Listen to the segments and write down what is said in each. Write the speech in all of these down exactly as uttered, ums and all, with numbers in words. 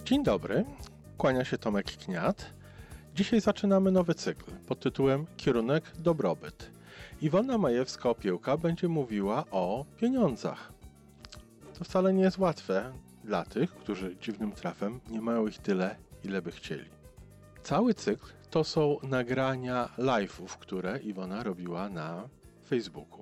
Dzień dobry, kłania się Tomek Kniat. Dzisiaj zaczynamy nowy cykl pod tytułem Kierunek Dobrobyt. Iwona Majewska-Opiełka będzie mówiła o pieniądzach. To wcale nie jest łatwe dla tych, którzy dziwnym trafem nie mają ich tyle, ile by chcieli. Cały cykl to są nagrania live'ów, które Iwona robiła na Facebooku.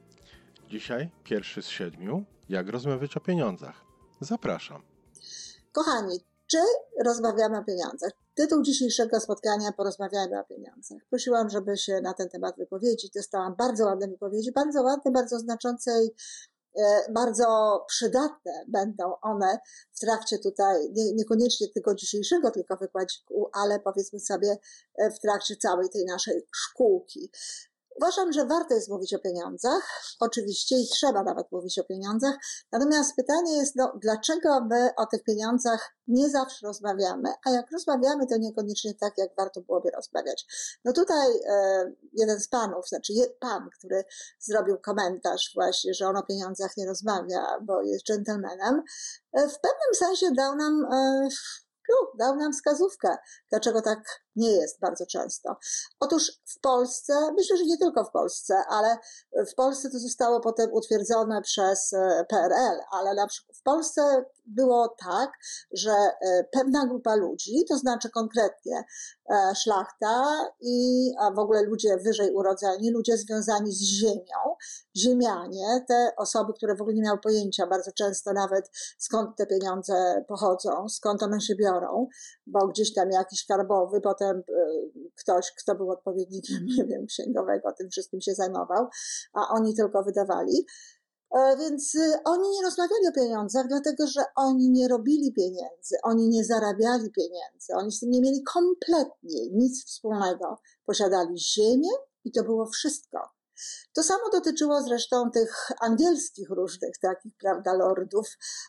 Dzisiaj pierwszy z siedmiu, jak rozmawiać o pieniądzach. Zapraszam. Kochani, czy rozmawiamy o pieniądzach? Tytuł dzisiejszego spotkania: Porozmawiajmy o pieniądzach. Prosiłam, żeby się na ten temat wypowiedzieć. Dostałam bardzo ładne wypowiedzi, bardzo ładne, bardzo znaczące i bardzo przydatne będą one w trakcie tutaj, nie, niekoniecznie tylko dzisiejszego tylko wykładziku, ale powiedzmy sobie w trakcie całej tej naszej szkółki. Uważam, że warto jest mówić o pieniądzach, oczywiście, i trzeba nawet mówić o pieniądzach, natomiast pytanie jest, no, dlaczego my o tych pieniądzach nie zawsze rozmawiamy, a jak rozmawiamy, to niekoniecznie tak, jak warto byłoby rozmawiać. No tutaj e, jeden z panów, znaczy je, pan, który zrobił komentarz właśnie, że on o pieniądzach nie rozmawia, bo jest dżentelmenem, e, w pewnym sensie dał nam... E, No, dał nam wskazówkę, dlaczego tak nie jest bardzo często. Otóż w Polsce, myślę, że nie tylko w Polsce, ale w Polsce to zostało potem utwierdzone przez P R L, ale na przykład w Polsce było tak, że pewna grupa ludzi, to znaczy konkretnie szlachta i w ogóle ludzie wyżej urodzeni, ludzie związani z ziemią, ziemianie, te osoby, które w ogóle nie miały pojęcia bardzo często nawet, skąd te pieniądze pochodzą, skąd one się biorą, bo gdzieś tam jakiś skarbowy, potem ktoś, kto był odpowiednikiem, nie wiem, księgowego, tym wszystkim się zajmował, a oni tylko wydawali. Więc oni nie rozmawiali o pieniądzach, dlatego że oni nie robili pieniędzy, oni nie zarabiali pieniędzy, oni z tym nie mieli kompletnie nic wspólnego. Posiadali ziemię i to było wszystko. To samo dotyczyło zresztą tych angielskich różnych takich, prawda, lordów.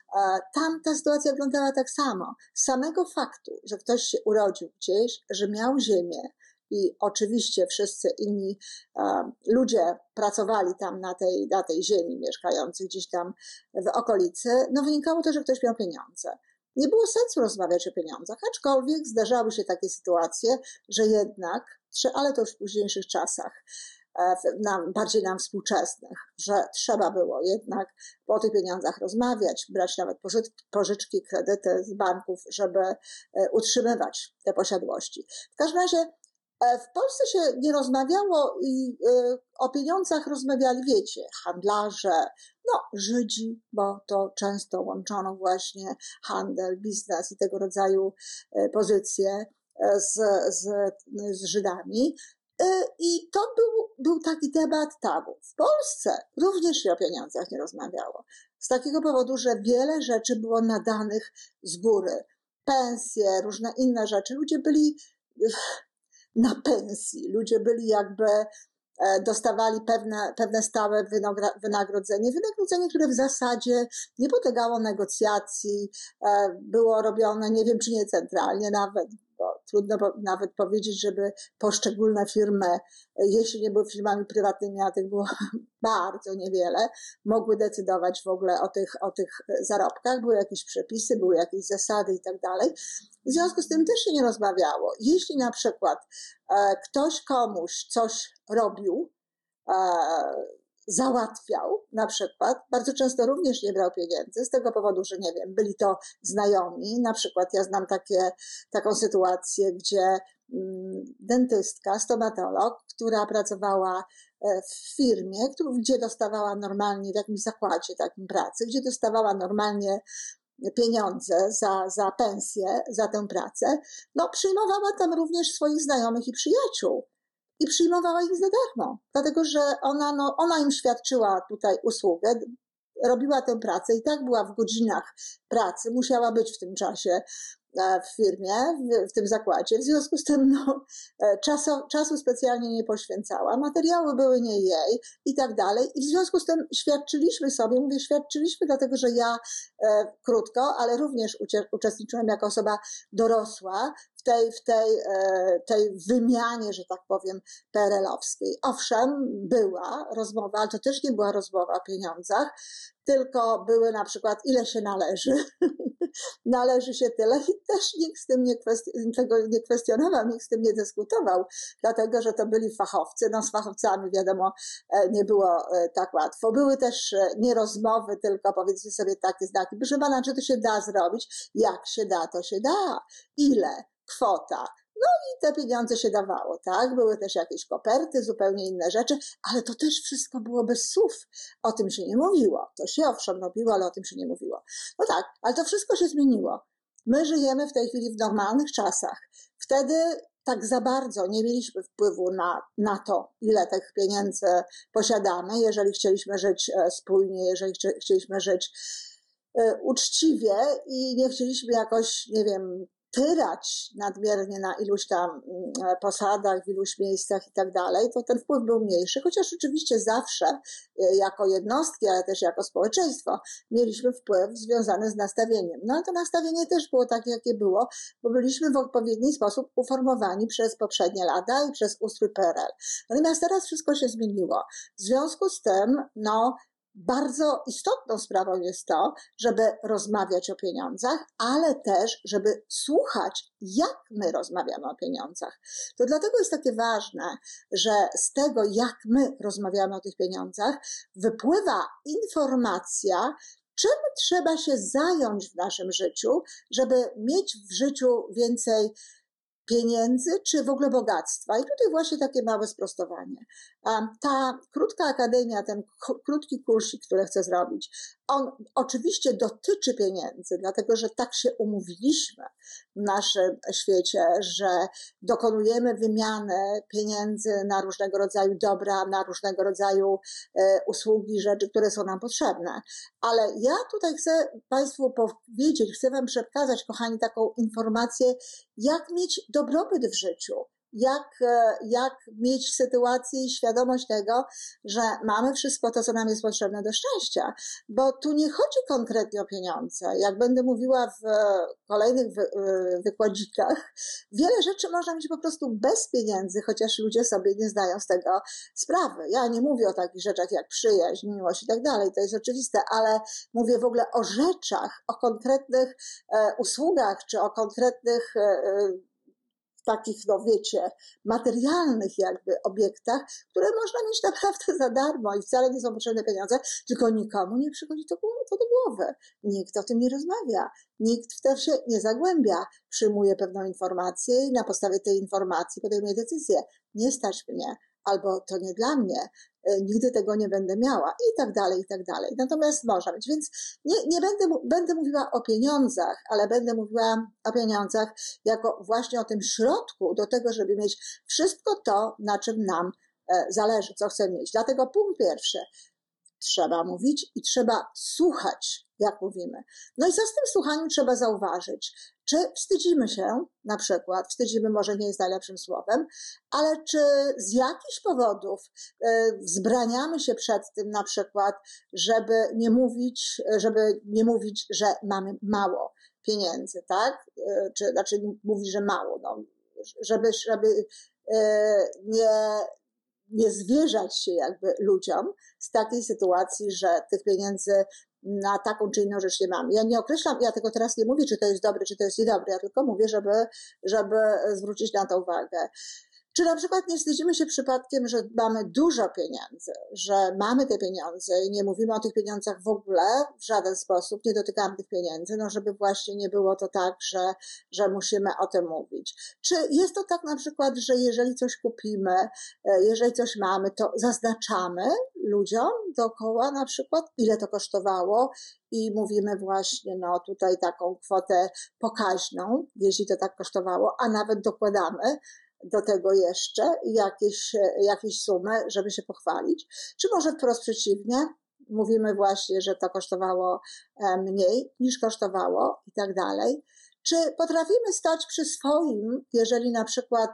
Tam ta sytuacja wyglądała tak samo. Z samego faktu, że ktoś się urodził gdzieś, że miał ziemię i oczywiście wszyscy inni uh, ludzie pracowali tam na tej, na tej ziemi, mieszkających gdzieś tam w okolicy, no wynikało to, że ktoś miał pieniądze. Nie było sensu rozmawiać o pieniądzach, aczkolwiek zdarzały się takie sytuacje, że jednak, ale to już w późniejszych czasach, nam, bardziej nam współczesnych, że trzeba było jednak o tych pieniądzach rozmawiać, brać nawet pożyczki, kredyty z banków, żeby utrzymywać te posiadłości. W każdym razie w Polsce się nie rozmawiało i o pieniądzach rozmawiali, wiecie, handlarze, no Żydzi, bo to często łączono właśnie handel, biznes i tego rodzaju pozycje z, z, z Żydami. I to był, był taki temat tabu. W Polsce również się o pieniądzach nie rozmawiało. Z takiego powodu, że wiele rzeczy było nadanych z góry. Pensje, różne inne rzeczy. Ludzie byli na pensji. Ludzie byli jakby, dostawali pewne, pewne stałe wynagrodzenie. Wynagrodzenie, które w zasadzie nie podlegało negocjacji. Było robione, nie wiem czy nie centralnie nawet, bo trudno nawet powiedzieć, żeby poszczególne firmy, jeśli nie były firmami prywatnymi, a tych było bardzo niewiele, mogły decydować w ogóle o tych, o tych zarobkach. Były jakieś przepisy, były jakieś zasady i tak dalej. W związku z tym też się nie rozmawiało. Jeśli na przykład e, ktoś komuś coś robił, e, załatwiał na przykład, bardzo często również nie brał pieniędzy z tego powodu, że nie wiem, byli to znajomi. Na przykład ja znam takie, taką sytuację, gdzie mm, dentystka, stomatolog, która pracowała w firmie, gdzie dostawała normalnie, w jakimś zakładzie takim pracy, gdzie dostawała normalnie pieniądze za, za pensję, za tę pracę, no przyjmowała tam również swoich znajomych i przyjaciół. I przyjmowała ich za darmo, dlatego że ona, no, ona im świadczyła tutaj usługę, robiła tę pracę i tak była w godzinach pracy, musiała być w tym czasie w firmie, w, w tym zakładzie, w związku z tym no, czasu, czasu specjalnie nie poświęcała, materiały były nie jej i tak dalej i w związku z tym świadczyliśmy sobie, mówię świadczyliśmy dlatego, że ja e, krótko, ale również uczestniczyłam jako osoba dorosła w tej, w tej, tej wymianie, że tak powiem, P R L-owskiej. Owszem, była rozmowa, ale to też nie była rozmowa o pieniądzach, tylko były na przykład, ile się należy. Należy się tyle i też nikt z tym nie kwesti- tego nie kwestionował, nikt z tym nie dyskutował, dlatego, że to byli fachowcy. No z fachowcami wiadomo, nie było tak łatwo. Były też nie rozmowy, tylko powiedzmy sobie takie znaki. Proszę pana, czy to się da zrobić? Jak się da, to się da. Ile? Kwota. No i te pieniądze się dawało, tak? Były też jakieś koperty, zupełnie inne rzeczy, ale to też wszystko było bez słów. O tym się nie mówiło. To się owszem robiło, ale o tym się nie mówiło. No tak, ale to wszystko się zmieniło. My żyjemy w tej chwili w normalnych czasach. Wtedy tak za bardzo nie mieliśmy wpływu na, na to, ile tych pieniędzy posiadamy, jeżeli chcieliśmy żyć spójnie, jeżeli chcieliśmy żyć uczciwie i nie chcieliśmy jakoś, nie wiem, tyrać nadmiernie na iluś tam posadach, w iluś miejscach i tak dalej, to ten wpływ był mniejszy, chociaż oczywiście zawsze jako jednostki, ale też jako społeczeństwo mieliśmy wpływ związany z nastawieniem. No ale to nastawienie też było takie, jakie było, bo byliśmy w odpowiedni sposób uformowani przez poprzednie lata i przez ustrój P R L. Natomiast teraz wszystko się zmieniło. W związku z tym, no, bardzo istotną sprawą jest to, żeby rozmawiać o pieniądzach, ale też, żeby słuchać, jak my rozmawiamy o pieniądzach. To dlatego jest takie ważne, że z tego, jak my rozmawiamy o tych pieniądzach, wypływa informacja, czym trzeba się zająć w naszym życiu, żeby mieć w życiu więcej pieniędzy, czy w ogóle bogactwa. I tutaj właśnie takie małe sprostowanie. Ta krótka akademia, ten krótki kursik, który chcę zrobić, on oczywiście dotyczy pieniędzy, dlatego że tak się umówiliśmy w naszym świecie, że dokonujemy wymiany pieniędzy na różnego rodzaju dobra, na różnego rodzaju usługi, rzeczy, które są nam potrzebne. Ale ja tutaj chcę Państwu powiedzieć, chcę Wam przekazać, kochani, taką informację, jak mieć dobrobyt w życiu. Jak, jak mieć sytuację i świadomość tego, że mamy wszystko to, co nam jest potrzebne do szczęścia. Bo tu nie chodzi konkretnie o pieniądze. Jak będę mówiła w kolejnych wy, wykładzikach, wiele rzeczy można mieć po prostu bez pieniędzy, chociaż ludzie sobie nie zdają z tego sprawy. Ja nie mówię o takich rzeczach jak przyjaźń, miłość i tak dalej, to jest oczywiste, ale mówię w ogóle o rzeczach, o konkretnych usługach, czy o konkretnych takich, no wiecie, materialnych jakby obiektach, które można mieć naprawdę za darmo i wcale nie są potrzebne pieniądze, tylko nikomu nie przychodzi to, to do głowy. Nikt o tym nie rozmawia, nikt w to się nie zagłębia. Przyjmuje pewną informację i na podstawie tej informacji podejmuje decyzję. Nie stać mnie, albo to nie dla mnie, nigdy tego nie będę miała i tak dalej, i tak dalej. Natomiast można być, więc nie, nie będę, będę mówiła o pieniądzach, ale będę mówiła o pieniądzach jako właśnie o tym środku do tego, żeby mieć wszystko to, na czym nam zależy, co chcemy mieć. Dlatego punkt pierwszy. Trzeba mówić i trzeba słuchać, jak mówimy. No i co z tym słuchaniem trzeba zauważyć? Czy wstydzimy się, na przykład, wstydzimy może nie jest najlepszym słowem, ale czy z jakichś powodów wzbraniamy się przed tym na przykład, żeby nie mówić, żeby nie mówić, że mamy mało pieniędzy, tak? Czy znaczy mówić, że mało, no, żeby, żeby nie nie zwierzać się jakby ludziom z takiej sytuacji, że tych pieniędzy na taką czy inną rzecz nie mamy. Ja nie określam, ja tego teraz nie mówię, czy to jest dobre, czy to jest niedobre, ja tylko mówię, żeby, żeby zwrócić na to uwagę. Czy na przykład nie wstydzimy się przypadkiem, że mamy dużo pieniędzy, że mamy te pieniądze i nie mówimy o tych pieniądzach w ogóle w żaden sposób, nie dotykamy tych pieniędzy, no żeby właśnie nie było to tak, że, że musimy o tym mówić. Czy jest to tak na przykład, że jeżeli coś kupimy, jeżeli coś mamy, to zaznaczamy ludziom dookoła na przykład, ile to kosztowało i mówimy właśnie, no tutaj taką kwotę pokaźną, jeśli to tak kosztowało, a nawet dokładamy do tego jeszcze jakieś, jakieś sumy, żeby się pochwalić. Czy może wprost przeciwnie? Mówimy właśnie, że to kosztowało mniej niż kosztowało i tak dalej. Czy potrafimy stać przy swoim, jeżeli na przykład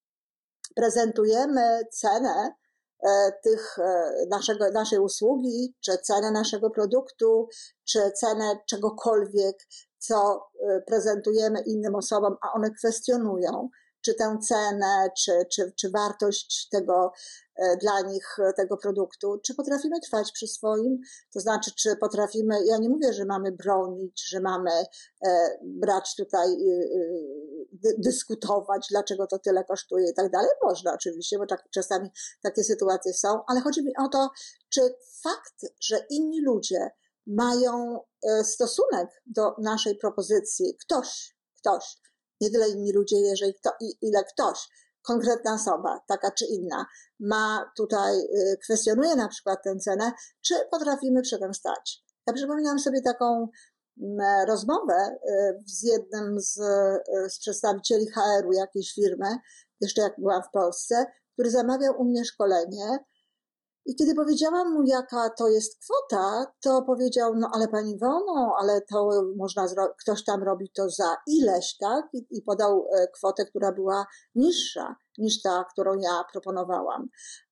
prezentujemy cenę tych naszego, naszej usługi, czy cenę naszego produktu, czy cenę czegokolwiek, co prezentujemy innym osobom, a one kwestionują, czy tę cenę, czy, czy, czy wartość tego dla nich tego produktu, czy potrafimy trwać przy swoim, to znaczy, czy potrafimy, ja nie mówię, że mamy bronić, że mamy brać tutaj, dyskutować, dlaczego to tyle kosztuje i tak dalej, można oczywiście, bo tak, czasami takie sytuacje są, ale chodzi mi o to, czy fakt, że inni ludzie mają stosunek do naszej propozycji, ktoś, ktoś, nie tyle inni ludzie, jeżeli kto, ile ktoś, konkretna osoba, taka czy inna, ma tutaj, kwestionuje na przykład tę cenę, czy potrafimy przy tym stać. Ja przypominam sobie taką rozmowę z jednym z, z przedstawicieli H R-u jakiejś firmy, jeszcze jak byłam w Polsce, który zamawiał u mnie szkolenie. I kiedy powiedziałam mu, jaka to jest kwota, to powiedział, no ale pani Iwono, ale to można, zro- ktoś tam robi to za ileś, tak? I, i podał kwotę, która była niższa niż ta, którą ja proponowałam.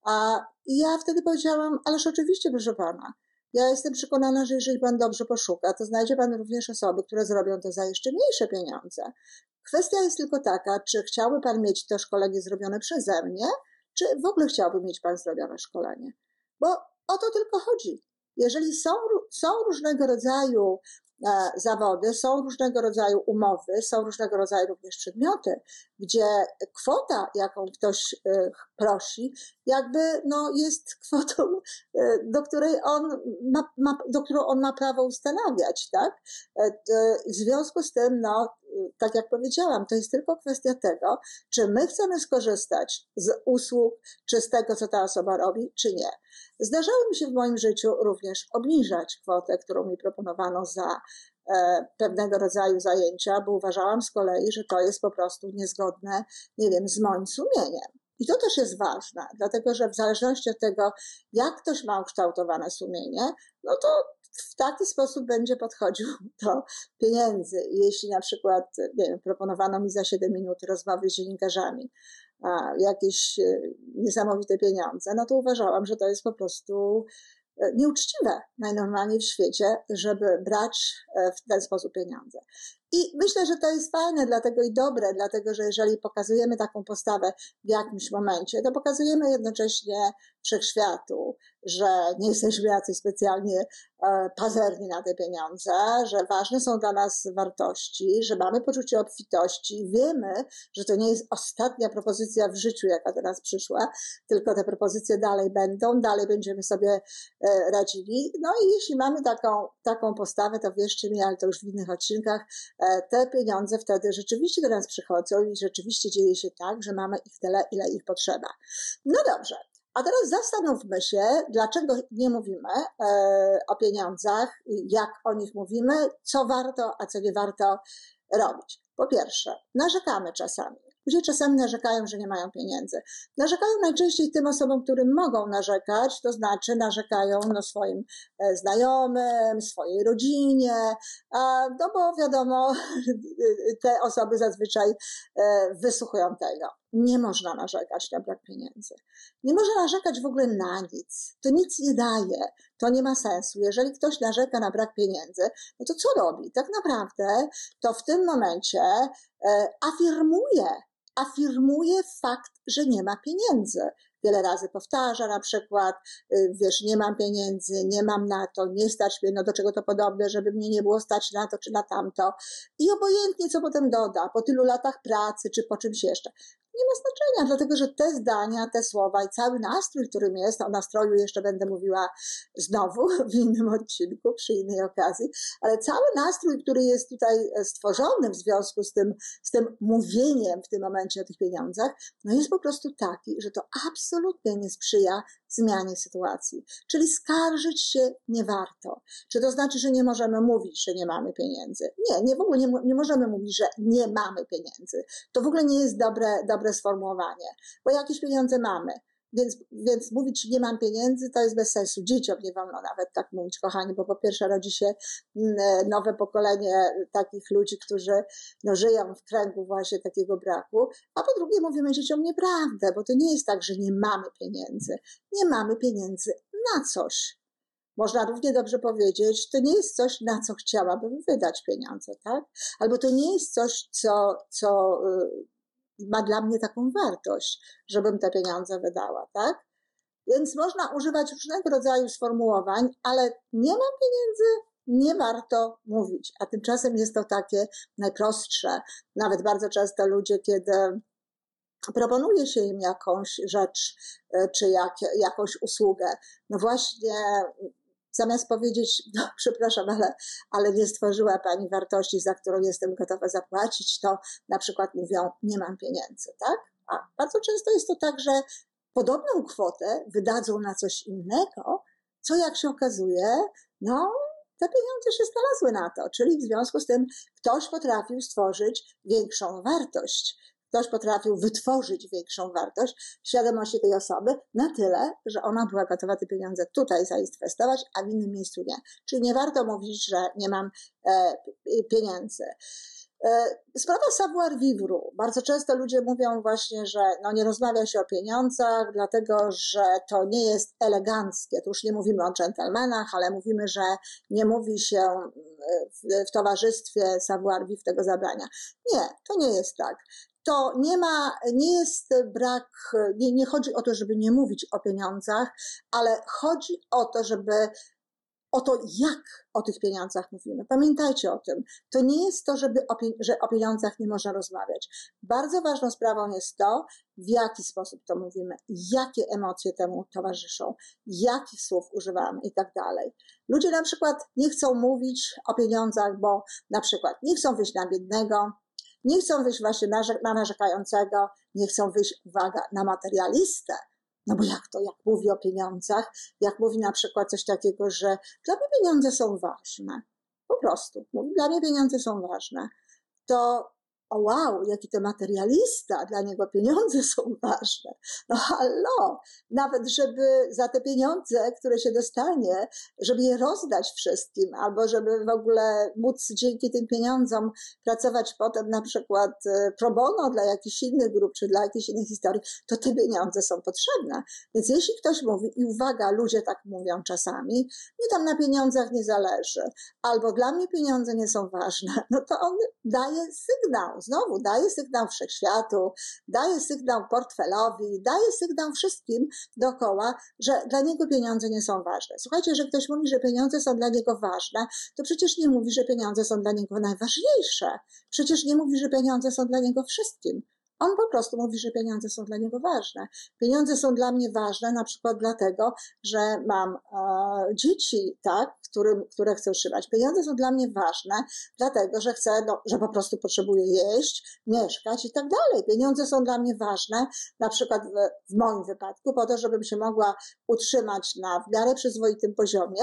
A i ja wtedy powiedziałam, ależ oczywiście, proszę pana, ja jestem przekonana, że jeżeli pan dobrze poszuka, to znajdzie pan również osoby, które zrobią to za jeszcze mniejsze pieniądze. Kwestia jest tylko taka, czy chciałby pan mieć to szkolenie zrobione przeze mnie, czy w ogóle chciałby mieć pan zrobione szkolenie? Bo o to tylko chodzi. Jeżeli są, są różnego rodzaju e, zawody, są różnego rodzaju umowy, są różnego rodzaju również przedmioty, gdzie kwota, jaką ktoś e, prosi, jakby no, jest kwotą, e, do której on ma, ma, do którą on ma prawo ustanawiać, tak? E, w związku z tym, no, tak jak powiedziałam, to jest tylko kwestia tego, czy my chcemy skorzystać z usług, czy z tego, co ta osoba robi, czy nie. Zdarzało mi się w moim życiu również obniżać kwotę, którą mi proponowano za e, pewnego rodzaju zajęcia, bo uważałam z kolei, że to jest po prostu niezgodne, nie wiem, z moim sumieniem. I to też jest ważne, dlatego że w zależności od tego, jak ktoś ma ukształtowane sumienie, no to w taki sposób będzie podchodził do pieniędzy. Jeśli na przykład, nie wiem, proponowano mi za siedem minut rozmowy z dziennikarzami a, jakieś niesamowite pieniądze, no to uważałam, że to jest po prostu nieuczciwe najnormalniej w świecie, żeby brać w ten sposób pieniądze. I myślę, że to jest fajne dlatego i dobre, dlatego że jeżeli pokazujemy taką postawę w jakimś momencie, to pokazujemy jednocześnie wszechświatu, że nie jesteśmy jacyś specjalnie pazerni na te pieniądze, że ważne są dla nas wartości, że mamy poczucie obfitości, wiemy, że to nie jest ostatnia propozycja w życiu, jaka do nas przyszła, tylko te propozycje dalej będą, dalej będziemy sobie radzili. No i jeśli mamy taką, taką postawę, to wierzcie mi, ale to już w innych odcinkach, te pieniądze wtedy rzeczywiście do nas przychodzą i rzeczywiście dzieje się tak, że mamy ich tyle, ile ich potrzeba. No dobrze. A teraz zastanówmy się, dlaczego nie mówimy e, o pieniądzach, jak o nich mówimy, co warto, a co nie warto robić. Po pierwsze, narzekamy czasami. Ludzie czasami narzekają, że nie mają pieniędzy. Narzekają najczęściej tym osobom, którym mogą narzekać, to znaczy narzekają na swoim znajomym, swojej rodzinie, no bo wiadomo, te osoby zazwyczaj wysłuchują tego. Nie można narzekać na brak pieniędzy. Nie można narzekać w ogóle na nic. To nic nie daje. To nie ma sensu. Jeżeli ktoś narzeka na brak pieniędzy, no to co robi? Tak naprawdę to w tym momencie afirmuje, afirmuje fakt, że nie ma pieniędzy. Wiele razy powtarza na przykład, wiesz, nie mam pieniędzy, nie mam na to, nie stać mnie, no do czego to podobne, żeby mnie nie było stać na to czy na tamto. I obojętnie co potem doda, po tylu latach pracy czy po czymś jeszcze. Nie ma znaczenia, dlatego że te zdania, te słowa i cały nastrój, którym jest, o nastroju jeszcze będę mówiła znowu w innym odcinku, przy innej okazji, ale cały nastrój, który jest tutaj stworzony w związku z tym, z tym mówieniem w tym momencie o tych pieniądzach, no jest po prostu taki, że to absolutnie nie sprzyja zmianie sytuacji. Czyli skarżyć się nie warto. Czy to znaczy, że nie możemy mówić, że nie mamy pieniędzy? Nie, nie w ogóle nie, nie możemy mówić, że nie mamy pieniędzy. To w ogóle nie jest dobre, dobre sformułowanie, bo jakieś pieniądze mamy. Więc, więc mówić, nie mam pieniędzy, to jest bez sensu. Dzieciom nie wolno nawet tak mówić, kochani, bo po pierwsze rodzi się nowe pokolenie takich ludzi, którzy no, żyją w kręgu właśnie takiego braku, a po drugie mówimy dzieciom nieprawdę, bo to nie jest tak, że nie mamy pieniędzy. Nie mamy pieniędzy na coś. Można równie dobrze powiedzieć, to nie jest coś, na co chciałabym wydać pieniądze, tak? Albo to nie jest coś, co, co ma dla mnie taką wartość, żebym te pieniądze wydała, tak? Więc można używać różnego rodzaju sformułowań, ale nie mam pieniędzy, nie warto mówić. A tymczasem jest to takie najprostsze. Nawet bardzo często ludzie, kiedy proponuje się im jakąś rzecz, czy jak, jakąś usługę, no właśnie zamiast powiedzieć, no przepraszam, ale, ale nie stworzyła Pani wartości, za którą jestem gotowa zapłacić, to na przykład mówią, nie mam pieniędzy, tak? A bardzo często jest to tak, że podobną kwotę wydadzą na coś innego, co jak się okazuje, no te pieniądze się znalazły na to, czyli w związku z tym ktoś potrafił stworzyć większą wartość. Ktoś potrafił wytworzyć większą wartość w świadomości tej osoby na tyle, że ona była gotowa te pieniądze tutaj zainwestować, a w innym miejscu nie. Czyli nie warto mówić, że nie mam e, pieniędzy. Sprawa savoir-vivre. Bardzo często ludzie mówią właśnie, że no nie rozmawia się o pieniądzach, dlatego że to nie jest eleganckie. Tu już nie mówimy o dżentelmenach, ale mówimy, że nie mówi się w, w towarzystwie savoir-vivre tego zabrania. Nie, to nie jest tak. To nie ma, nie jest brak, nie, nie chodzi o to, żeby nie mówić o pieniądzach, ale chodzi o to, żeby o to, jak o tych pieniądzach mówimy. Pamiętajcie o tym. To nie jest to, żeby o, że o pieniądzach nie można rozmawiać. Bardzo ważną sprawą jest to, w jaki sposób to mówimy, jakie emocje temu towarzyszą, jakich słów używamy i tak dalej. Ludzie na przykład nie chcą mówić o pieniądzach, bo na przykład nie chcą wyjść na biednego, nie chcą wyjść właśnie na narzekającego, nie chcą wyjść, uwaga, na materialistę. No bo jak to, jak mówi o pieniądzach, jak mówi na przykład coś takiego, że dla mnie pieniądze są ważne. Po prostu, mówi, dla mnie pieniądze są ważne. To o wow, jaki to materialista, dla niego pieniądze są ważne. No hallo, nawet żeby za te pieniądze, które się dostanie, żeby je rozdać wszystkim, albo żeby w ogóle móc dzięki tym pieniądzom pracować potem na przykład pro bono dla jakichś innych grup, czy dla jakichś innych historii, to te pieniądze są potrzebne. Więc jeśli ktoś mówi, i uwaga, ludzie tak mówią czasami, mi tam na pieniądzach nie zależy, albo dla mnie pieniądze nie są ważne, no to on daje sygnał, znowu daje sygnał wszechświatu, daje sygnał portfelowi, daje sygnał wszystkim dookoła, że dla niego pieniądze nie są ważne. Słuchajcie, że ktoś mówi, że pieniądze są dla niego ważne, to przecież nie mówi, że pieniądze są dla niego najważniejsze. Przecież nie mówi, że pieniądze są dla niego wszystkim. On po prostu mówi, że pieniądze są dla niego ważne. Pieniądze są dla mnie ważne na przykład dlatego, że mam e, dzieci, tak, którym, które chcę utrzymać. Pieniądze są dla mnie ważne dlatego, że chcę, no, że po prostu potrzebuję jeść, mieszkać i tak dalej. Pieniądze są dla mnie ważne na przykład w, w moim wypadku po to, żebym się mogła utrzymać na w miarę przyzwoitym poziomie,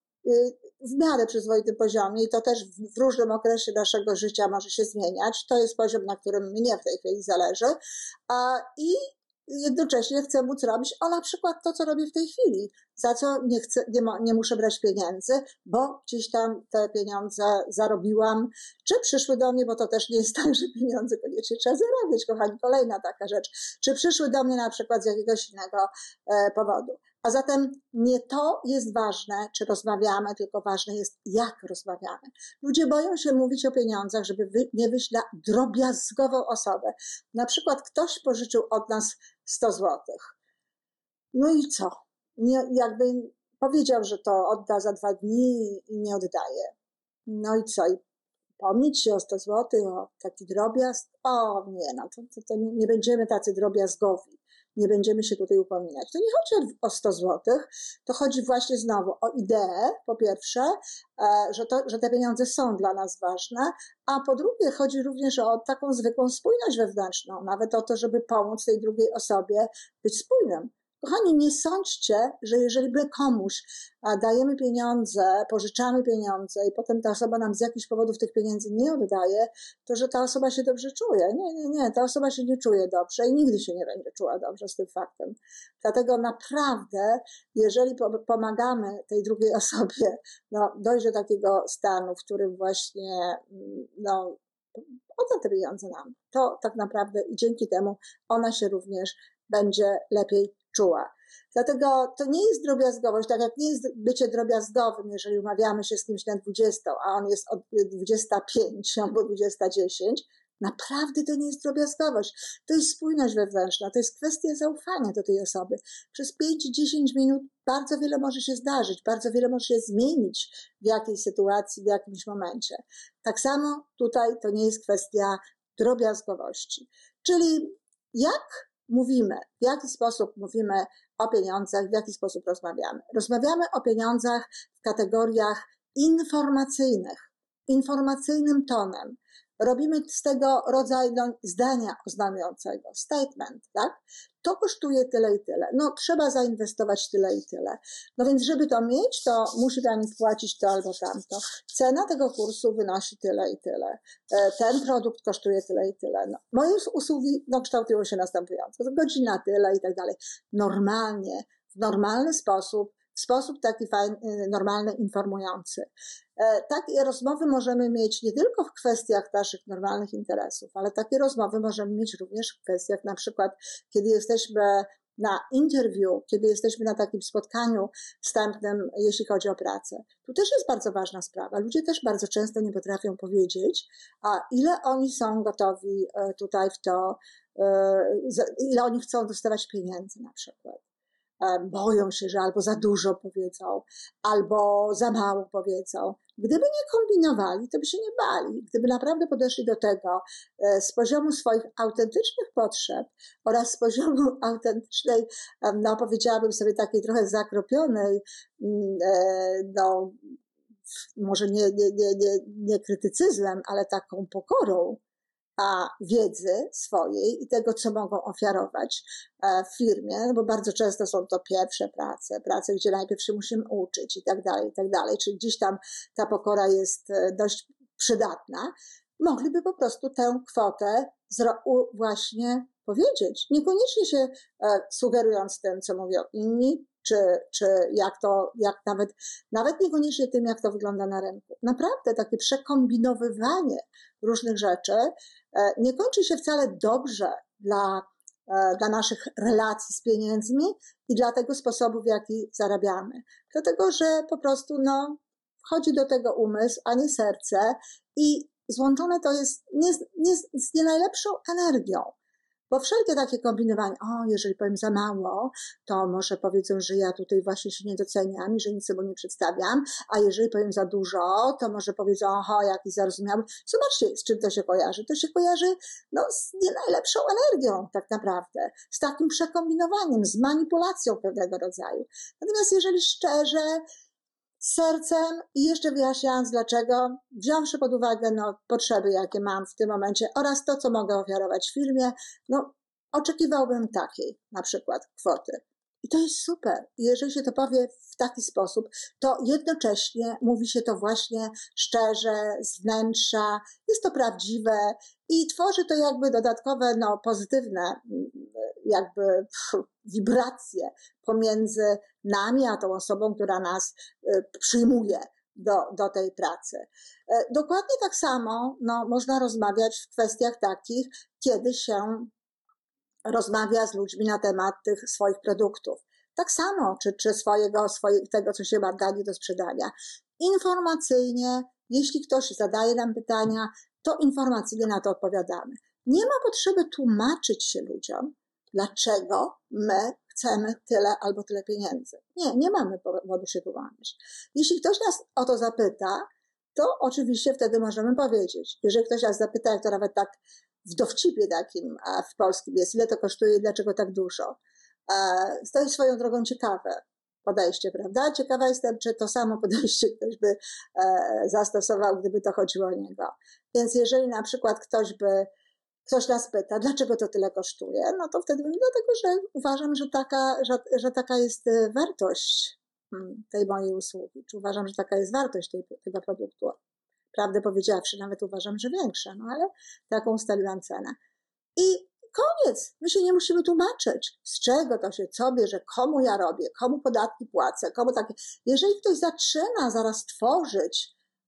w miarę przyzwoitym poziomie i to też w różnym okresie naszego życia może się zmieniać. To jest poziom, na którym mnie w tej chwili zależy. I jednocześnie chcę móc robić o na przykład to, co robię w tej chwili, za co nie chcę, nie, ma, nie muszę brać pieniędzy, bo gdzieś tam te pieniądze zarobiłam, czy przyszły do mnie, bo to też nie jest tak, że pieniądze koniecznie trzeba zarabiać, kochani, kolejna taka rzecz, czy przyszły do mnie na przykład z jakiegoś innego e, powodu. A zatem nie to jest ważne, czy rozmawiamy, tylko ważne jest, jak rozmawiamy. Ludzie boją się mówić o pieniądzach, żeby wy, nie wyjść na drobiazgową osobę. Na przykład ktoś pożyczył od nas sto złotych. No i co? Nie, jakby powiedział, że to odda za dwa dni i nie oddaje. No i co? I pomnieć się o sto złotych, o taki drobiazg? O nie, no to, to, to nie, nie będziemy tacy drobiazgowi. Nie będziemy się tutaj upominać. To nie chodzi o sto złotych, to chodzi właśnie znowu o ideę, po pierwsze, że, to, że te pieniądze są dla nas ważne, a po drugie chodzi również o taką zwykłą spójność wewnętrzną, nawet o to, żeby pomóc tej drugiej osobie być spójnym. Kochani, nie sądźcie, że jeżeli my komuś dajemy pieniądze, pożyczamy pieniądze i potem ta osoba nam z jakichś powodów tych pieniędzy nie oddaje, to że ta osoba się dobrze czuje. Nie, nie, nie, ta osoba się nie czuje dobrze i nigdy się nie będzie czuła dobrze z tym faktem. Dlatego naprawdę, jeżeli pomagamy tej drugiej osobie no, dojść do takiego stanu, w którym właśnie no, odda te pieniądze nam, to tak naprawdę i dzięki temu ona się również będzie lepiej czuła. Dlatego to nie jest drobiazgowość, tak jak nie jest bycie drobiazgowym, jeżeli umawiamy się z kimś na dwudziestą, a on jest od dwudziesta pięć albo dwudziesta dziesięć, naprawdę to nie jest drobiazgowość. To jest spójność wewnętrzna, to jest kwestia zaufania do tej osoby. Przez pięć do dziesięciu minut bardzo wiele może się zdarzyć, bardzo wiele może się zmienić w jakiejś sytuacji, w jakimś momencie. Tak samo tutaj to nie jest kwestia drobiazgowości. Czyli jak mówimy, w jaki sposób mówimy o pieniądzach, w jaki sposób rozmawiamy. Rozmawiamy o pieniądzach w kategoriach informacyjnych, informacyjnym tonem. Robimy z tego rodzaju zdania oznajmiającego, statement, tak? To kosztuje tyle i tyle. No, trzeba zainwestować tyle i tyle. No więc, żeby to mieć, to musi pani wpłacić to albo tamto. Cena tego kursu wynosi tyle i tyle. Ten produkt kosztuje tyle i tyle. No, moje usługi no, kształtują się następująco. Godzina tyle i tak dalej. Normalnie, w normalny sposób, w sposób taki fajny, normalny, informujący. Takie rozmowy możemy mieć nie tylko w kwestiach naszych normalnych interesów, ale takie rozmowy możemy mieć również w kwestiach na przykład, kiedy jesteśmy na interview, kiedy jesteśmy na takim spotkaniu wstępnym, jeśli chodzi o pracę. Tu też jest bardzo ważna sprawa. Ludzie też bardzo często nie potrafią powiedzieć, a ile oni są gotowi tutaj w to, ile oni chcą dostawać pieniędzy na przykład. Boją się, że albo za dużo powiedzą, albo za mało powiedzą. Gdyby nie kombinowali, to by się nie bali. Gdyby naprawdę podeszli do tego z poziomu swoich autentycznych potrzeb oraz z poziomu autentycznej, no powiedziałabym sobie takiej trochę zakropionej, no może nie, nie, nie, nie, nie krytycyzmem, ale taką pokorą, a wiedzy swojej i tego, co mogą ofiarować w firmie, bo bardzo często są to pierwsze prace, prace, gdzie najpierw się musimy uczyć i tak dalej, i tak dalej, czyli gdzieś tam ta pokora jest dość przydatna, mogliby po prostu tę kwotę właśnie powiedzieć, niekoniecznie się sugerując tym, co mówią inni, czy, czy jak to, jak nawet, nawet niekoniecznie tym, jak to wygląda na rynku. Naprawdę takie przekombinowywanie różnych rzeczy nie kończy się wcale dobrze dla, dla naszych relacji z pieniędzmi i dla tego sposobu, w jaki zarabiamy. Dlatego, że po prostu no, wchodzi do tego umysł, a nie serce i złączone to jest nie, nie, z nie najlepszą energią. Bo wszelkie takie kombinowanie, o, jeżeli powiem za mało, to może powiedzą, że ja tutaj właśnie się nie doceniam i że nic sobą nie przedstawiam, a jeżeli powiem za dużo, to może powiedzą, oho, jaki zarozumiały. Zobaczcie, z czym to się kojarzy. To się kojarzy no, z nie najlepszą energią tak naprawdę, z takim przekombinowaniem, z manipulacją pewnego rodzaju. Natomiast jeżeli szczerze, sercem i jeszcze wyjaśniając dlaczego, wziąwszy pod uwagę no, potrzeby, jakie mam w tym momencie oraz to, co mogę ofiarować firmie, no oczekiwałbym takiej na przykład kwoty. I to jest super. I jeżeli się to powie w taki sposób, to jednocześnie mówi się to właśnie szczerze, z wnętrza, jest to prawdziwe i tworzy to jakby dodatkowe, no pozytywne jakby pff, wibracje pomiędzy nami a tą osobą, która nas y, przyjmuje do, do tej pracy. Y, dokładnie tak samo no, można rozmawiać w kwestiach takich, kiedy się rozmawia z ludźmi na temat tych swoich produktów. Tak samo, czy, czy swojego, swojego, tego, co się ma dać do sprzedania. Informacyjnie, jeśli ktoś zadaje nam pytania, to informacyjnie na to odpowiadamy. Nie ma potrzeby tłumaczyć się ludziom, dlaczego my chcemy tyle albo tyle pieniędzy. Nie, nie mamy powodu się tłumaczyć. Jeśli ktoś nas o to zapyta, to oczywiście wtedy możemy powiedzieć. Jeżeli ktoś nas zapyta, jak to nawet tak w dowcipie takim w polskim jest, ile to kosztuje i dlaczego tak dużo. To jest swoją drogą ciekawe podejście, prawda? Ciekawa jestem, czy to samo podejście ktoś by zastosował, gdyby to chodziło o niego. Więc jeżeli na przykład ktoś by, ktoś nas pyta, dlaczego to tyle kosztuje, no to wtedy mówię, dlatego, że uważam, że taka, że, że taka jest wartość tej mojej usługi, czy uważam, że taka jest wartość tej, tego produktu. Prawdę powiedziawszy, nawet uważam, że większa, no ale taką ustaliłam cenę. I koniec. My się nie musimy tłumaczyć, z czego to się, co bierze, komu ja robię, komu podatki płacę, komu takie. Jeżeli ktoś zaczyna zaraz tworzyć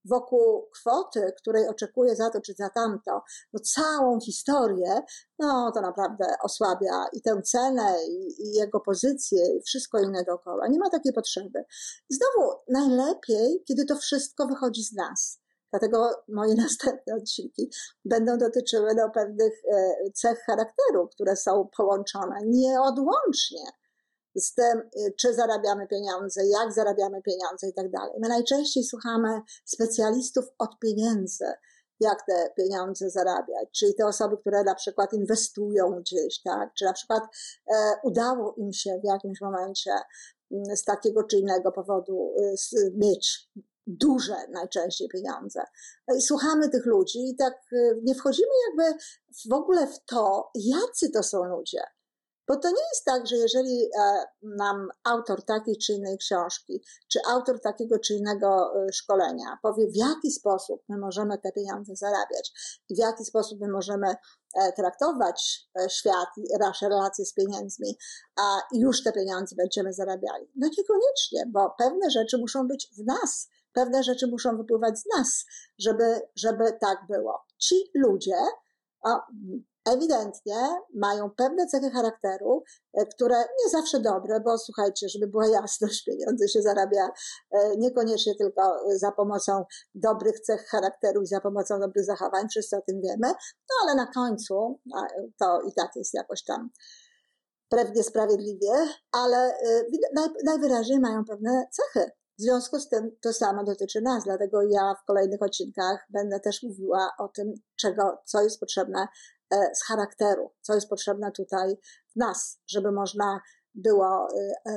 wokół kwoty, której oczekuję za to czy za tamto, no całą historię, no to naprawdę osłabia i tę cenę, i, i jego pozycję, i wszystko inne dookoła. Nie ma takiej potrzeby. I znowu, najlepiej, kiedy to wszystko wychodzi z nas. Dlatego moje następne odcinki będą dotyczyły no, pewnych cech charakteru, które są połączone nieodłącznie z tym, czy zarabiamy pieniądze, jak zarabiamy pieniądze i tak dalej. My najczęściej słuchamy specjalistów od pieniędzy, jak te pieniądze zarabiać, czyli te osoby, które na przykład inwestują gdzieś, tak, czy na przykład e, udało im się w jakimś momencie z takiego czy innego powodu z, mieć duże najczęściej pieniądze. I słuchamy tych ludzi i tak nie wchodzimy jakby w ogóle w to, jacy to są ludzie. Bo to nie jest tak, że jeżeli nam autor takiej czy innej książki, czy autor takiego czy innego szkolenia powie, w jaki sposób my możemy te pieniądze zarabiać i w jaki sposób my możemy traktować świat, nasze relacje z pieniędzmi, a już te pieniądze będziemy zarabiali. No niekoniecznie, bo pewne rzeczy muszą być w nas, pewne rzeczy muszą wypływać z nas, żeby, żeby tak było. Ci ludzie, o, ewidentnie mają pewne cechy charakteru, które nie zawsze dobre, bo słuchajcie, żeby była jasność, pieniądze się zarabia niekoniecznie tylko za pomocą dobrych cech charakteru i za pomocą dobrych zachowań, wszyscy o tym wiemy, no ale na końcu to i tak jest jakoś tam pewnie sprawiedliwie, ale najwyraźniej mają pewne cechy. W związku z tym to samo dotyczy nas, dlatego ja w kolejnych odcinkach będę też mówiła o tym, czego, co jest potrzebne z charakteru, co jest potrzebne tutaj w nas, żeby można było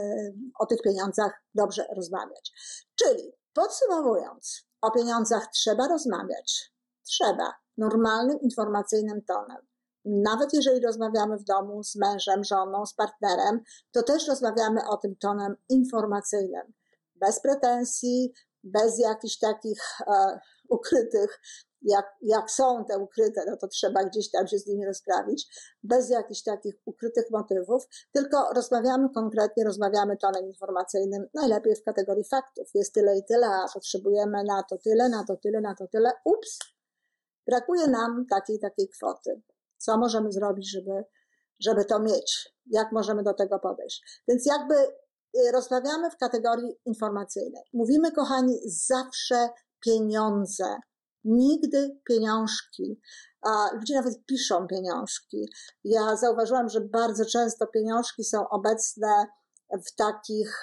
o tych pieniądzach dobrze rozmawiać. Czyli podsumowując, o pieniądzach trzeba rozmawiać, trzeba normalnym, informacyjnym tonem. Nawet jeżeli rozmawiamy w domu z mężem, żoną, z partnerem, to też rozmawiamy o tym tonem informacyjnym. Bez pretensji, bez jakichś takich e, ukrytych, jak, jak są te ukryte, no to trzeba gdzieś tam się z nimi rozprawić, bez jakichś takich ukrytych motywów, tylko rozmawiamy konkretnie, rozmawiamy tonem informacyjnym, najlepiej w kategorii faktów. Jest tyle i tyle, a potrzebujemy na to tyle, na to tyle, na to tyle. Ups, brakuje nam takiej, takiej kwoty. Co możemy zrobić, żeby, żeby to mieć? Jak możemy do tego podejść? Więc jakby rozmawiamy w kategorii informacyjnej. Mówimy, kochani, zawsze pieniądze, nigdy pieniążki. A ludzie nawet piszą pieniążki. Ja zauważyłam, że bardzo często pieniążki są obecne w takich,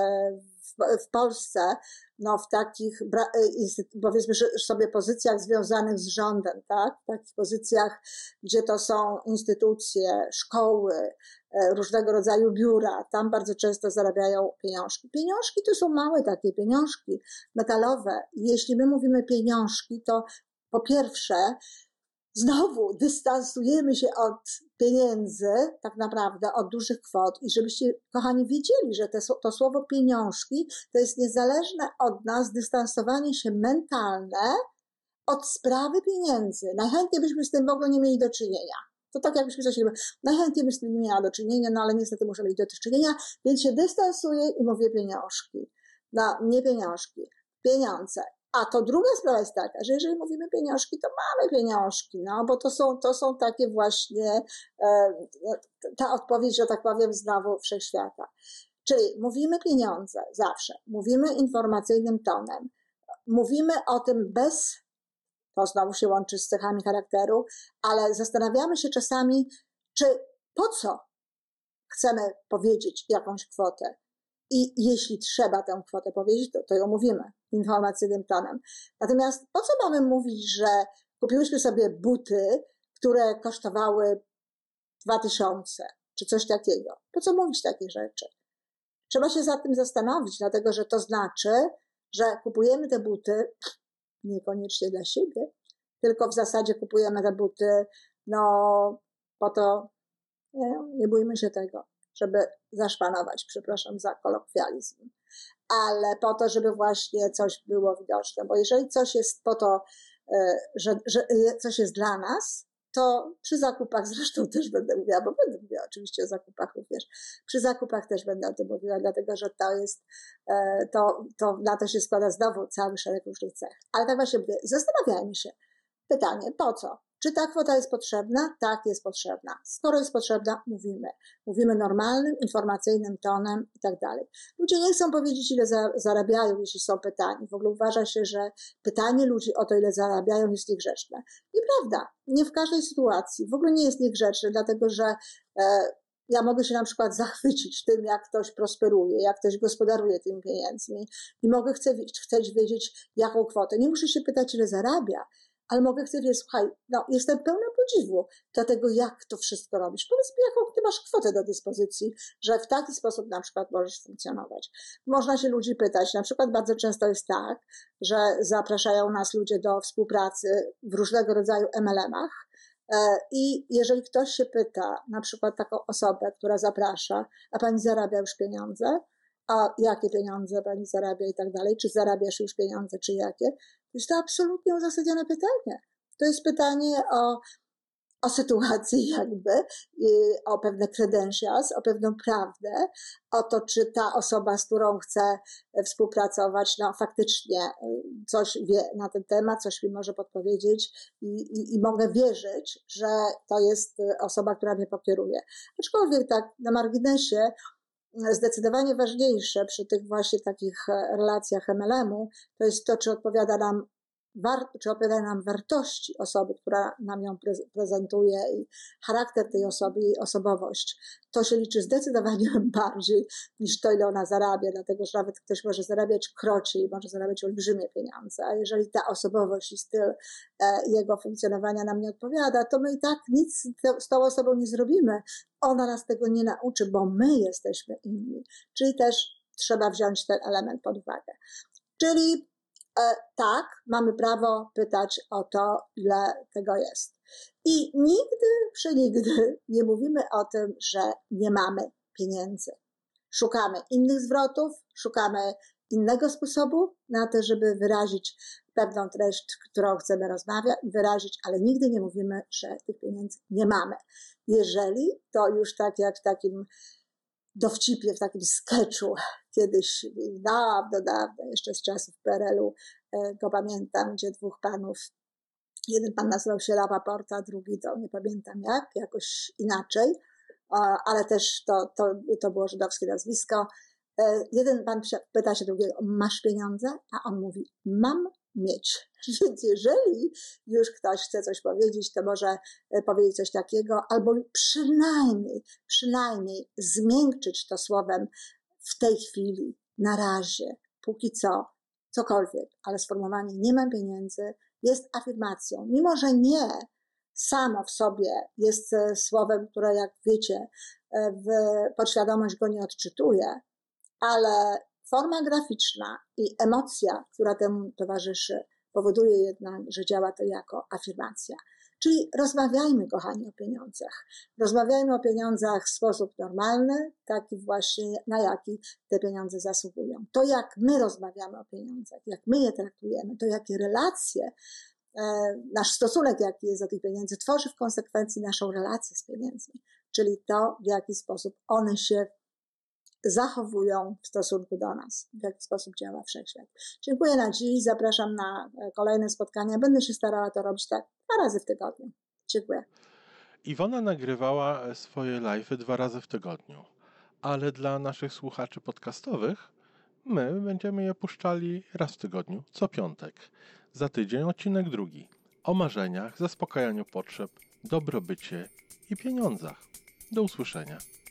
w, w Polsce, no w takich, powiedzmy sobie, pozycjach związanych z rządem, tak? W takich pozycjach, gdzie to są instytucje, szkoły, różnego rodzaju biura, tam bardzo często zarabiają pieniążki. Pieniążki to są małe takie pieniążki metalowe. Jeśli my mówimy pieniążki, to po pierwsze znowu dystansujemy się od pieniędzy, tak naprawdę od dużych kwot i żebyście, kochani, wiedzieli, że te, to słowo pieniążki to jest niezależne od nas dystansowanie się mentalne od sprawy pieniędzy. Najchętniej byśmy z tym w ogóle nie mieli do czynienia. To tak jakbyśmy coś robiły. Najchętniej byśmy z tym nie miała do czynienia, no ale niestety muszę mieć do czynienia, więc się dystansuję i mówię pieniążki. No, nie pieniążki, pieniądze. A to druga sprawa jest taka, że jeżeli mówimy pieniążki, to mamy pieniążki, no bo to są, to są takie właśnie e, ta odpowiedź, że tak powiem, znowu wszechświata. Czyli mówimy pieniądze zawsze, mówimy informacyjnym tonem, mówimy o tym bez, to znowu się łączy z cechami charakteru, ale zastanawiamy się czasami, czy po co chcemy powiedzieć jakąś kwotę. I jeśli trzeba tę kwotę powiedzieć, to, to ją mówimy informacyjnym tonem. Natomiast po co mamy mówić, że kupiłyśmy sobie buty, które kosztowały dwa tysiące, czy coś takiego? Po co mówić takie rzeczy? Trzeba się za tym zastanowić, dlatego że to znaczy, że kupujemy te buty niekoniecznie dla siebie, tylko w zasadzie kupujemy te buty, no po to, nie, nie bójmy się tego, żeby zaszpanować, przepraszam za kolokwializm, ale po to, żeby właśnie coś było widoczne, bo jeżeli coś jest po to, że, że coś jest dla nas, to przy zakupach zresztą też będę mówiła, bo będę mówiła oczywiście o zakupach również. Przy zakupach też będę o tym mówiła, dlatego że to jest, to, to na to się składa znowu cały szereg różnych cech. Ale tak właśnie mówię, zastanawiajmy się. Pytanie, po co? Czy ta kwota jest potrzebna? Tak, jest potrzebna. Skoro jest potrzebna, mówimy. Mówimy normalnym, informacyjnym tonem i tak dalej. Ludzie nie chcą powiedzieć, ile za, zarabiają, jeśli są pytani. W ogóle uważa się, że pytanie ludzi o to, ile zarabiają, jest niegrzeczne. Nieprawda. Nie w każdej sytuacji. W ogóle nie jest niegrzeczne, dlatego że e, ja mogę się na przykład zachwycić tym, jak ktoś prosperuje, jak ktoś gospodaruje tymi pieniędzmi i mogę chce, chcieć wiedzieć, jaką kwotę. Nie muszę się pytać, ile zarabia, ale mogę chcę wiedzieć, słuchaj, no jestem pełna podziwu do tego, jak to wszystko robisz. Powiedz mi, jaką ty masz kwotę do dyspozycji, że w taki sposób na przykład możesz funkcjonować. Można się ludzi pytać, na przykład bardzo często jest tak, że zapraszają nas ludzie do współpracy w różnego rodzaju em el emach i jeżeli ktoś się pyta, na przykład taką osobę, która zaprasza, a pani zarabia już pieniądze, a jakie pieniądze pani zarabia i tak dalej, czy zarabiasz już pieniądze, czy jakie, to jest to absolutnie uzasadnione pytanie. To jest pytanie o, o sytuację jakby, o pewne credentials, o pewną prawdę, o to, czy ta osoba, z którą chcę współpracować, no faktycznie coś wie na ten temat, coś mi może podpowiedzieć i, i, i mogę wierzyć, że to jest osoba, która mnie pokieruje. Aczkolwiek tak na marginesie, zdecydowanie ważniejsze przy tych właśnie takich relacjach em el emu to jest to, czy odpowiada nam, czy odpowiada nam wartości osoby, która nam ją prezentuje i charakter tej osoby, jej osobowość. To się liczy zdecydowanie bardziej niż to, ile ona zarabia, dlatego że nawet ktoś może zarabiać krocie, może zarabiać olbrzymie pieniądze, a jeżeli ta osobowość i styl jego funkcjonowania nam nie odpowiada, to my i tak nic z tą osobą nie zrobimy. Ona nas tego nie nauczy, bo my jesteśmy inni. Czyli też trzeba wziąć ten element pod uwagę. Czyli e, tak, mamy prawo pytać o to, ile tego jest. I nigdy, przenigdy nie mówimy o tym, że nie mamy pieniędzy. Szukamy innych zwrotów, szukamy innego sposobu na to, żeby wyrazić pewną treść, którą chcemy rozmawiać, wyrazić, ale nigdy nie mówimy, że tych pieniędzy nie mamy. Jeżeli to już tak jak w takim dowcipie, w takim sketchu, kiedyś dawno, dawno, jeszcze z czasów P R L u, go pamiętam, gdzie dwóch panów, jeden pan nazywał się Rapaport, a drugi to nie pamiętam jak, jakoś inaczej, ale też to, to, to było żydowskie nazwisko. Jeden pan pyta się drugiego, masz pieniądze? A on mówi, mam mieć. Więc jeżeli już ktoś chce coś powiedzieć, to może powiedzieć coś takiego, albo przynajmniej, przynajmniej zmiękczyć to słowem w tej chwili, na razie, póki co, cokolwiek, ale sformułowanie nie mam pieniędzy jest afirmacją. Mimo że nie samo w sobie jest słowem, które jak wiecie, w podświadomość go nie odczytuje, ale forma graficzna i emocja, która temu towarzyszy, powoduje jednak, że działa to jako afirmacja. Czyli rozmawiajmy, kochani, o pieniądzach. Rozmawiajmy o pieniądzach w sposób normalny, taki właśnie, na jaki te pieniądze zasługują. To, jak my rozmawiamy o pieniądzach, jak my je traktujemy, to jakie relacje, nasz stosunek, jaki jest do tych pieniędzy, tworzy w konsekwencji naszą relację z pieniędzmi. Czyli to, w jaki sposób one się zachowują w stosunku do nas, w jaki sposób działa wszechświat. Dziękuję na dziś, zapraszam na kolejne spotkania. Będę się starała to robić tak dwa razy w tygodniu. Dziękuję. Iwona nagrywała swoje live'y dwa razy w tygodniu, ale dla naszych słuchaczy podcastowych my będziemy je puszczali raz w tygodniu, co piątek. Za tydzień odcinek drugi. O marzeniach, zaspokajaniu potrzeb, dobrobycie i pieniądzach. Do usłyszenia.